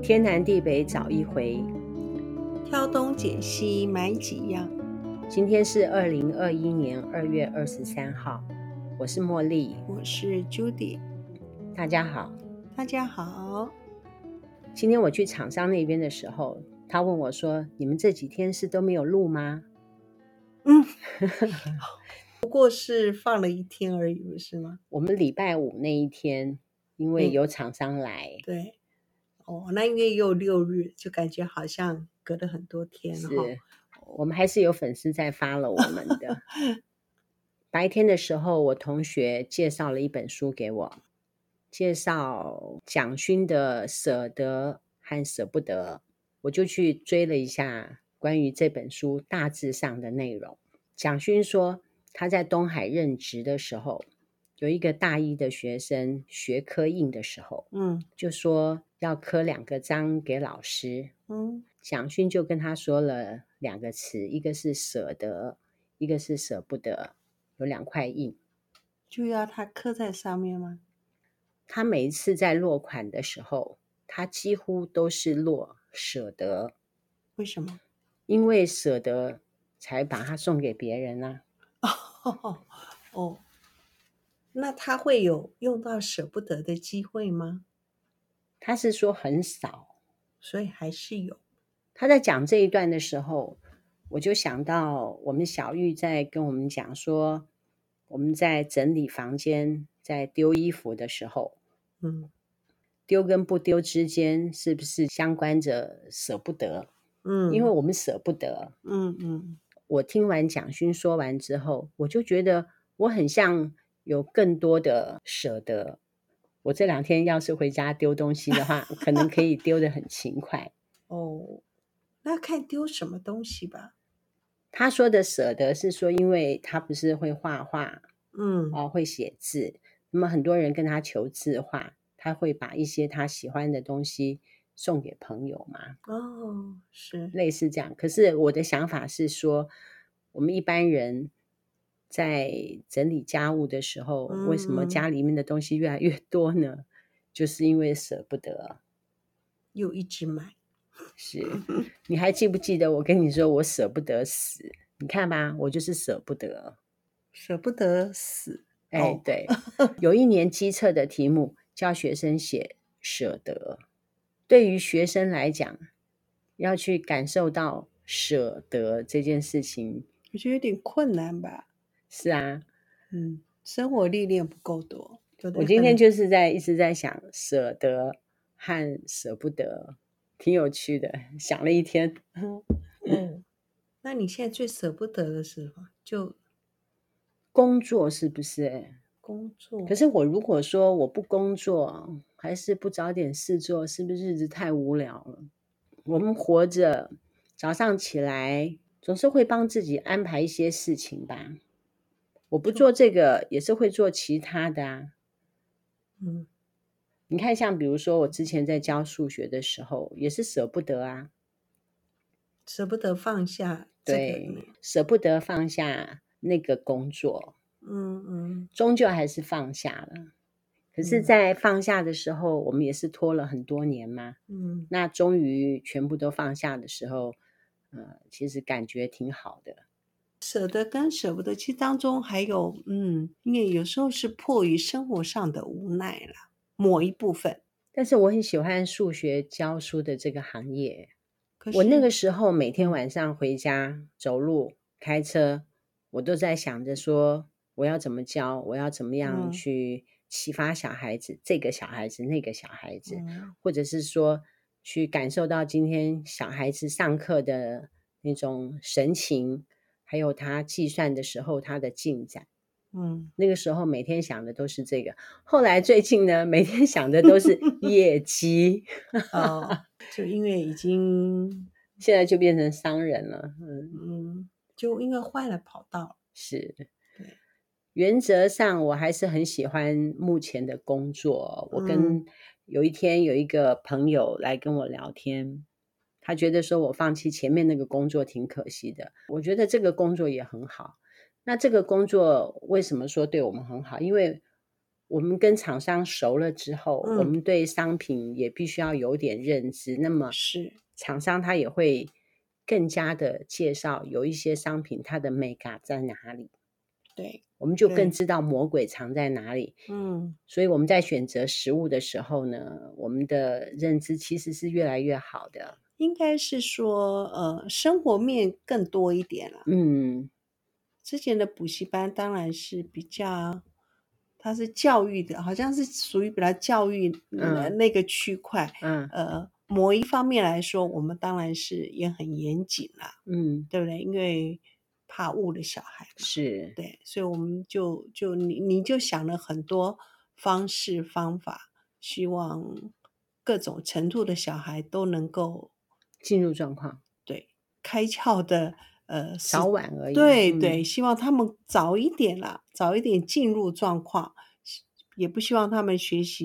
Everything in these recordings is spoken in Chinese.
天南地北找一回， 挑东拣西买几样。 今天是2021年2月23号，我是茉莉， 我是 Judy， 大家好。 大家好。 今天我去厂商那边的时候，他问我说：“你们这几天是都没有录吗？” 不过是放了一天而已，不是吗？ 我们礼拜五那一天，因为有厂商来， 对。那因为又6日，就感觉好像隔了很多天是我们还是有粉丝在发了我们的。白天的时候，我同学介绍了一本书给我，介绍蒋勋的《舍得和舍不得》，我就去追了一下关于这本书大致上的内容。蒋勋说，他在东海任职的时候，有一个大一的学生学科印的时候，就说要刻2个章给老师，蒋勋就跟他说了2个词，一个是舍得，一个是舍不得，有2块印， 就要他刻在上面吗？ 他每一次在落款的时候，他几乎都是落舍得。 为什么？ 因为舍得才把它送给别人啊。 那他会有用到舍不得的机会吗？ 他是说很少， 所以还是有。 他在讲这一段的时候，我就想到我们小玉在跟我们讲说，我们在整理房间，在丢衣服的时候，丢跟不丢之间是不是相关着舍不得？因为我们舍不得。我听完蒋勋说完之后，我就觉得我很像有更多的舍得。我这2天要是回家丢东西的话，可能可以丢得很勤快。 那看丢什么东西吧。 他说的舍得是说，因为他不是会画画，会写字，那么很多人跟他求字画，他会把一些他喜欢的东西送给朋友嘛。 是类似这样。可是我的想法是说，我们一般人在整理家务的时候，为什么家里面的东西越来越多呢？就是因为舍不得， 又一直买。 是你还记不记得我跟你说我舍不得死？你看吧，我就是舍不得， 舍不得死。 对。有一年机测的题目叫学生写舍得，对于学生来讲，要去感受到舍得这件事情， 我觉得有点困难吧。 是啊， 生活历练不够多。 我今天就是一直在想舍得和舍不得，挺有趣的，想了一天。 那你现在最舍不得的时候就工作，是不是？ 工作。 可是我如果说我不工作，还是不找点事做，是不是日子太无聊了？我们活着，早上起来总是会帮自己安排一些事情吧。我不做这个，也是会做其他的啊。你看，像比如说我之前在教数学的时候，也是舍不得啊， 舍不得放下这个。 对，舍不得放下那个工作，终究还是放下了。可是在放下的时候，我们也是拖了很多年嘛，那终于全部都放下的时候，其实感觉挺好的。 舍得跟舍不得，其实当中还有因为有时候是迫于生活上的无奈啦，某一部分。 但是我很喜欢数学教书的这个行业。我那个时候每天晚上回家走路开车，我都在想着说我要怎么教，我要怎么样去启发小孩子，这个小孩子那个小孩子，或者是说去感受到今天小孩子上课的那种神情，还有他计算的时候他的进展。那个时候每天想的都是这个，后来最近呢，每天想的都是业绩。 就因为已经现在就变成商人了。 就因为换了跑道。 是， 对。 原则上我还是很喜欢目前的工作。我跟有一天有一个朋友来跟我聊天，他觉得说我放弃前面那个工作挺可惜的，我觉得这个工作也很好。那这个工作为什么说对我们很好？因为我们跟厂商熟了之后，我嗯， 们对商品也必须要有点认知，那么是， 厂商他也会更加的介绍有一些商品它的美感在哪里， 对我们就更对， 知道魔鬼藏在哪里。 嗯， 所以我们在选择食物的时候呢，我们的认知其实是越来越好的。 应该是说生活面更多一点了。 嗯之前的补习班当然是比较，它是教育的，好像是属于比较教育嗯那个区块。 嗯某一方面来说，我们当然是也很严谨啦， 嗯， 对不对？因为怕误了小孩嘛， 是。 对，所以我们你就想了很多方式方法，希望各种程度的小孩都能够进入状况， 对开窍的， 早是， 晚而已。 对对，希望他们早一点啦，早一点进入状况，也不希望他们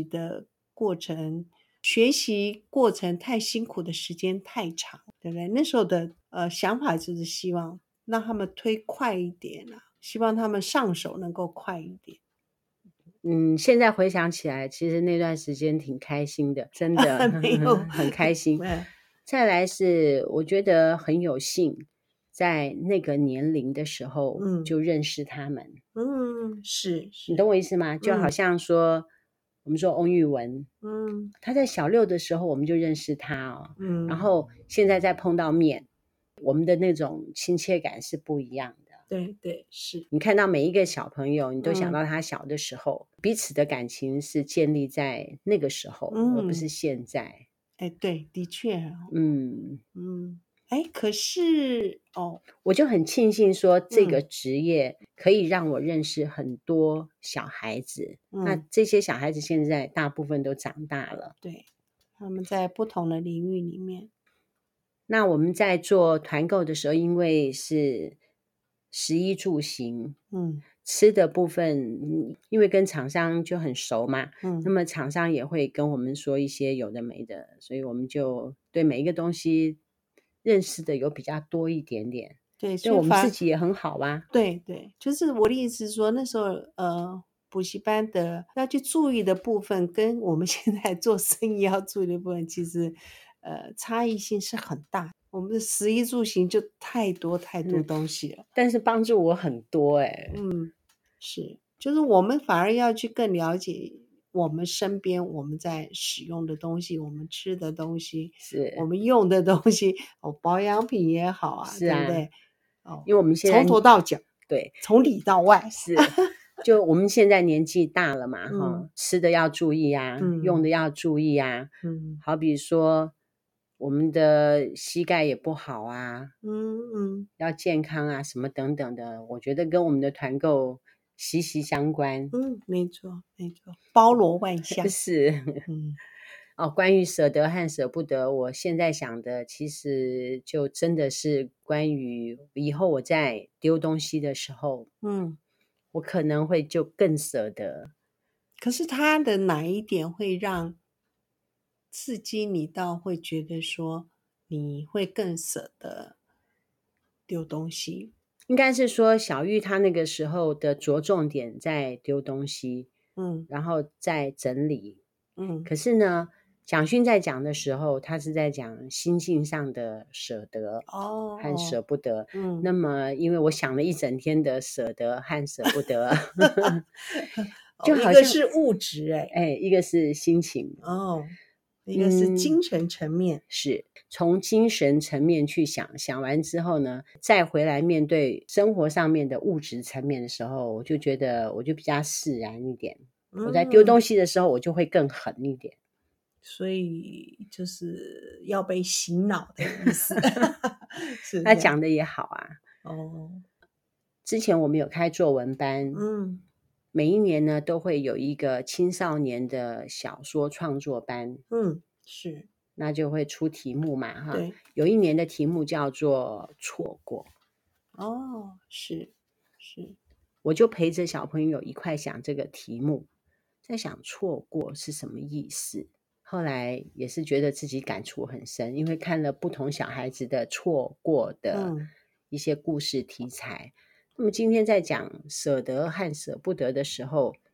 学习过程太辛苦的时间太长，对不对？那时候的想法就是希望让他们推快一点啦，希望他们上手能够快一点。 现在回想起来，其实那段时间挺开心的，真的没有， 很开心。 嗯再来是我觉得很有幸，在那个年龄的时候嗯就认识他们， 是你是， 懂我意思吗？就好像说，我们说翁玉文， 嗯他在小六的时候我们就认识他哦，然嗯， 后现在再碰到面，我们的那种亲切感是不一样的。 对对是， 你看到每一个小朋友，你都想嗯到他小的时候，彼此的感情是建立在那个时候，而不是嗯。 现在。 哎，对，的确哦， 嗯， 哎，可是哦， 我就很庆幸说这个嗯职业可以让我认识很多小孩子，那嗯， 这些小孩子现在大部分都长大了。 对，他们在不同的领域里面， 那我们在做团购的时候，因为是食衣住行， 嗯吃的部分，因为跟厂商就很熟嘛，那嗯， 么厂商也会跟我们说一些有的没的，所以我们就对每一个东西认识的有比较多一点点， 对， 对我们所以自己也很好啊。 对对，就是我的意思是说，那时候补习班的要去注意的部分，跟我们现在做生意要注意的部分，其实差异性是很大。我们的食衣住行就太多太多嗯， 东西了。 但是帮助我很多嗯，是，就是我们反而要去更了解我们身边我们在使用的东西，我们吃的东西，我是们用的东西，哦，保养品也好啊， 是啊， 对不对？哦， 因为我们现从在头到脚， 对从里到外， 是，就我们现在年纪大了嘛， 嗯吃的要注意啊，用的嗯要注意啊。 嗯好比说，我们的膝盖也不好啊， 嗯要健康啊，什么等等的，我觉得跟我们的团购息息相关。 没错没错，包罗万象， 是嗯哦，关于舍得和舍不得，我现在想的其实就真的是关于以后我在丢东西的时候， 嗯。 我可能会就更舍得。 可是他的哪一点会让刺激你到会觉得说你会更舍得丢东西？ 应该是说小玉她那个时候的着重点在丢东西， 嗯然后再整理。 嗯， 可是呢，蒋勋在讲的时候，他是在讲心境上的舍得哦和舍哦， 不得。 嗯， 那么，因为我想了一整天的舍得和舍不得，就哦，一好像， 个是物质哎， 哎，一个是心情， 哦，一个是嗯， 精神层面， 是从精神层面去想，想完之后呢，再回来面对生活上面的物质层面的时候，我就觉得我就比较释然一点。我在丢嗯， 东西的时候，我就会更狠一点。 所以就是要被洗脑的意思，是这样。 他讲的也好啊。 哦， 之前我们有开作文班， 嗯每一年呢都会有一个青少年的小说创作班， 是， 那就会出题目嘛，哈。 对， 有一年的题目叫做错过， 哦，是是， 我就陪着小朋友一块想这个题目，在想错过是什么意思。后来也是觉得自己感触很深，因为看了不同小孩子的错过的一些故事题材。那么今天在讲舍得和舍不得的时候，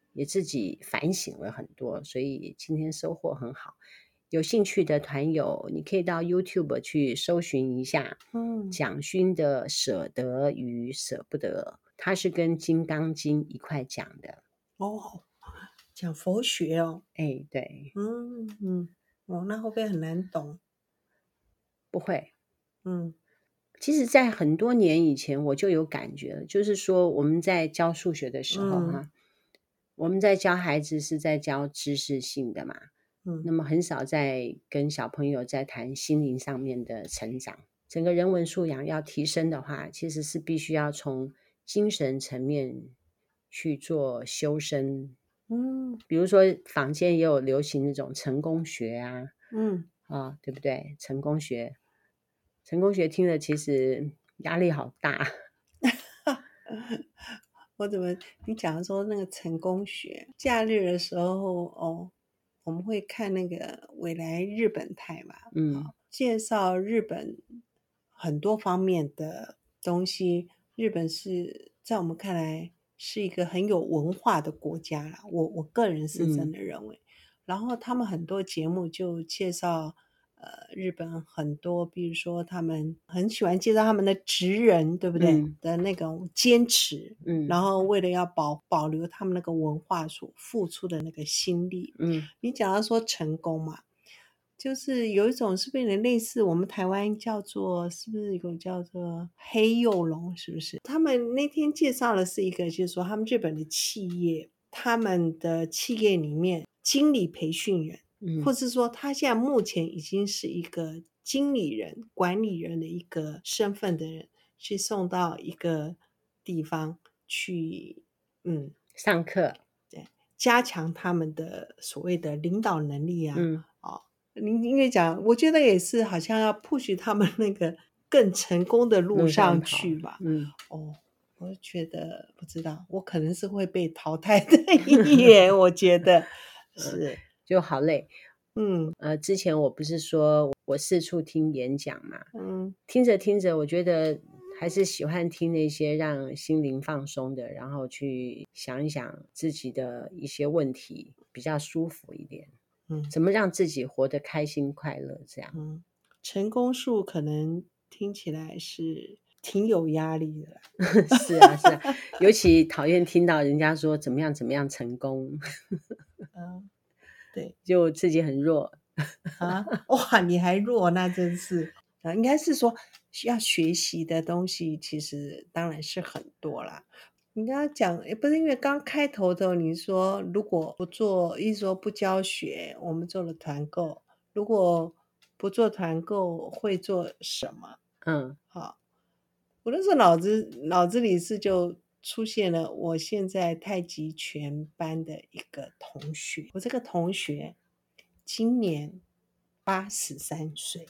也自己反省了很多，所以今天收获很好。有兴趣的团友，你可以到 YouTube 去搜寻一下蒋勋的《舍得与舍不得》，他是跟《金刚经》一块讲的。 哦，讲佛学哦。 哎，对， 那会不会很难懂？ 不会。 嗯其实在很多年以前我就有感觉了，就是说我们在教数学的时候我们在教孩子是在教知识性的嘛，那么很少在跟小朋友在谈心灵上面的成长。整个人文素养要提升的话，其实是必须要从精神层面去做修身。比如说坊间也有流行那种成功学啊，对不对？成功学听了其实压力好大。 你讲说那个成功学，假日的时候我们会看那个未来日本台嘛，介绍日本很多方面的东西。日本是在我们看来是一个很有文化的国家啦，我个人是真的认为。然后他们很多节目就介绍日本很多，比如说他们很喜欢介绍他们的职人，对不对？的那种坚持，然后为了要保留他们那个文化所付出的那个心力。你讲到说成功嘛，就是有一种是不是有点类似我们台湾叫做，是不是有叫做黑幼龙，是不是？他们那天介绍的是一个，就是说他们日本的企业，他们的企业里面经理培训人，或是说他现在目前已经是一个经理人、管理人的一个身份的人，去送到一个地方去， 上课， 对，加强他们的所谓的领导能力啊。您应该讲，我觉得也是，好像要 push 他们那个更成功的路上去吧。我觉得不知道，我可能是会被淘汰的一员，我觉得是， 就好累。之前我不是说我四处听演讲嘛，听着听着，我觉得还是喜欢听那些让心灵放松的，然后去想一想自己的一些问题，比较舒服一点。怎么让自己活得开心快乐这样。 成功术可能听起来是挺有压力的啦。 是啊是啊，尤其讨厌听到人家说怎么样怎么样成功。 对， 就自己很弱哇，你还弱，那真是应该是说要学习的东西其实当然是很多啦。你刚刚讲不是因为刚开头的你说如果不做，意思说不教学，我们做了团购，如果不做团购会做什么？好，我那时候脑子里是就出现了我现在太极拳班的一个同学，我这个同学今年83岁。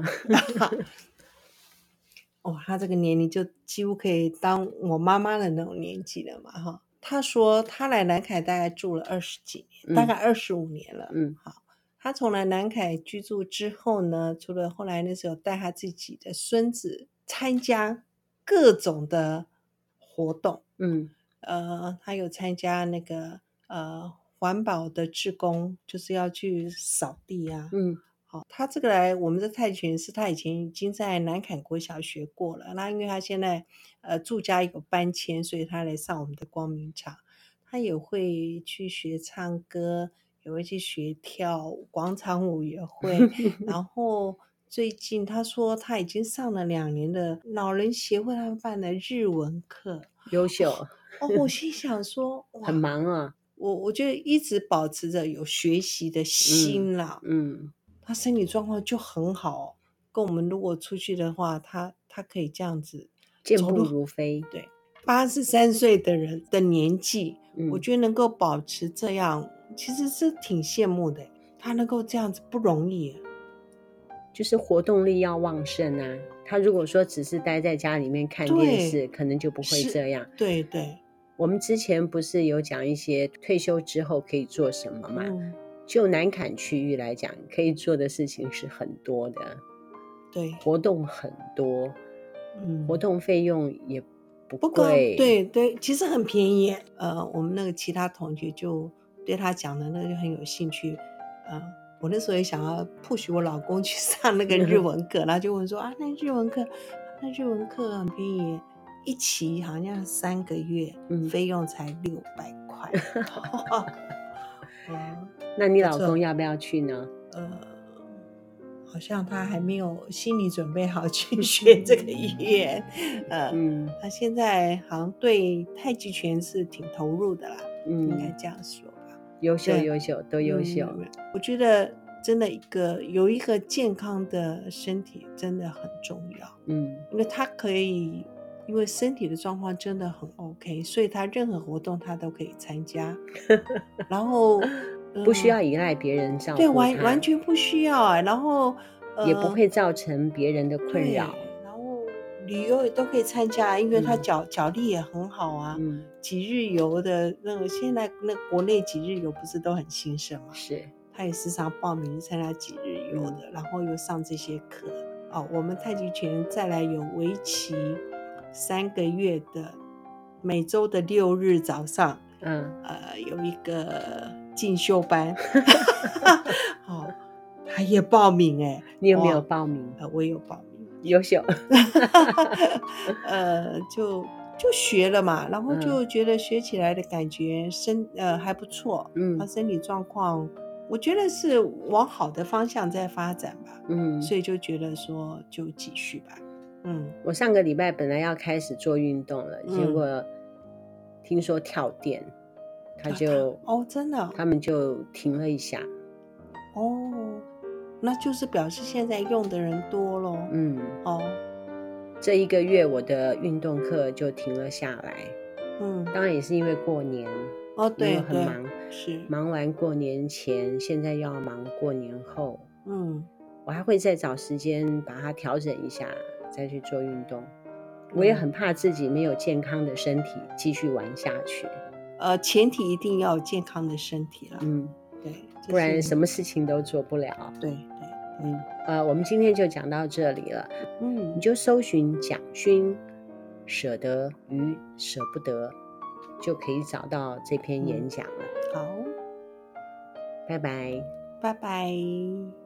他这个年龄就几乎可以当我妈妈的那种年纪了嘛。他说他来南凯大概住了20几年，大概25年了。他从来南凯居住之后呢，除了后来那时候带他自己的孙子参加各种的活动，他有参加那个环保的志工，就是要去扫地啊。他这个来我们的泰拳是他以前已经在南坎国小学过了，那因为他现在住家有搬迁，所以他来上我们的光明场。他也会去学唱歌，也会去学跳舞，广场舞也会。然后最近他说他已经上了2年的老人协会他们办的日文课， 优秀。 我心想说哇， 很忙啊。 我觉得一直保持着有学习的心啦。他身体状况就很好，跟我们如果出去的话，他可以这样子健步如飞。 对，83岁的人的年纪，我觉得能够保持这样，其实是挺羡慕的。他能够这样子不容易， 就是活动力要旺盛啊。他如果说只是待在家里面看电视，可能就不会这样。 对对， 我们之前不是有讲一些退休之后可以做什么嘛？就南坎区域来讲，可以做的事情是很多的， 对， 活动很多，活动费用也不不高， 贵。 对对，其实很便宜。我们那个其他同学就对他讲的那个就很有兴趣。我那时候也想要 push 我老公去上那个日文课，然后就问说啊，那日文课很便宜，一期好像3个月，费用才600块。 那你老不错公要不要去呢？ 好像他还没有心理准备好去学这个语言。他现在好像对太极拳是挺投入的啦，应该这样说吧。 优秀对优秀，都优秀。 我觉得真的有一个健康的身体真的很重要。因为他可以，因为身体的状况真的很 OK，所以他任何活动他都可以参加。然后不需要依赖别人照顾对， 他， 完全不需要。然后也不会造成别人的困扰。 然后旅游也都可以参加，因为他脚力也很好啊。几日游的那个，现在那国内几日游不是都很兴盛吗？ 是， 他也时常报名参加几日游的，然后又上这些课。我们太极拳再来有为期3个月的，每周的6日早上，有一个进修班。他也报名哎， 你有没有报名？ 我有报名， 优秀。 就学了嘛，然后就觉得学起来的感觉还不错。他身体状况，我觉得是往好的方向在发展吧。所以就觉得说就继续吧。 我上个礼拜本来要开始做运动了，结果听说跳电， 真的他们就停了一下。 那就是表示现在用的人多咯。 这1个月我的运动课就停了下来。当然也是因为过年， 对， 很忙， 是忙完过年前，现在要忙过年后。我还会再找时间把它调整一下，再去做运动。我也很怕自己没有健康的身体继续玩下去。 前提一定要有健康的身体了。对， 不然什么事情都做不了。 对。 我们今天就讲到这里了。你就搜寻蒋勋舍得与舍不得，就可以找到这篇演讲了。 好， 拜拜。 拜拜。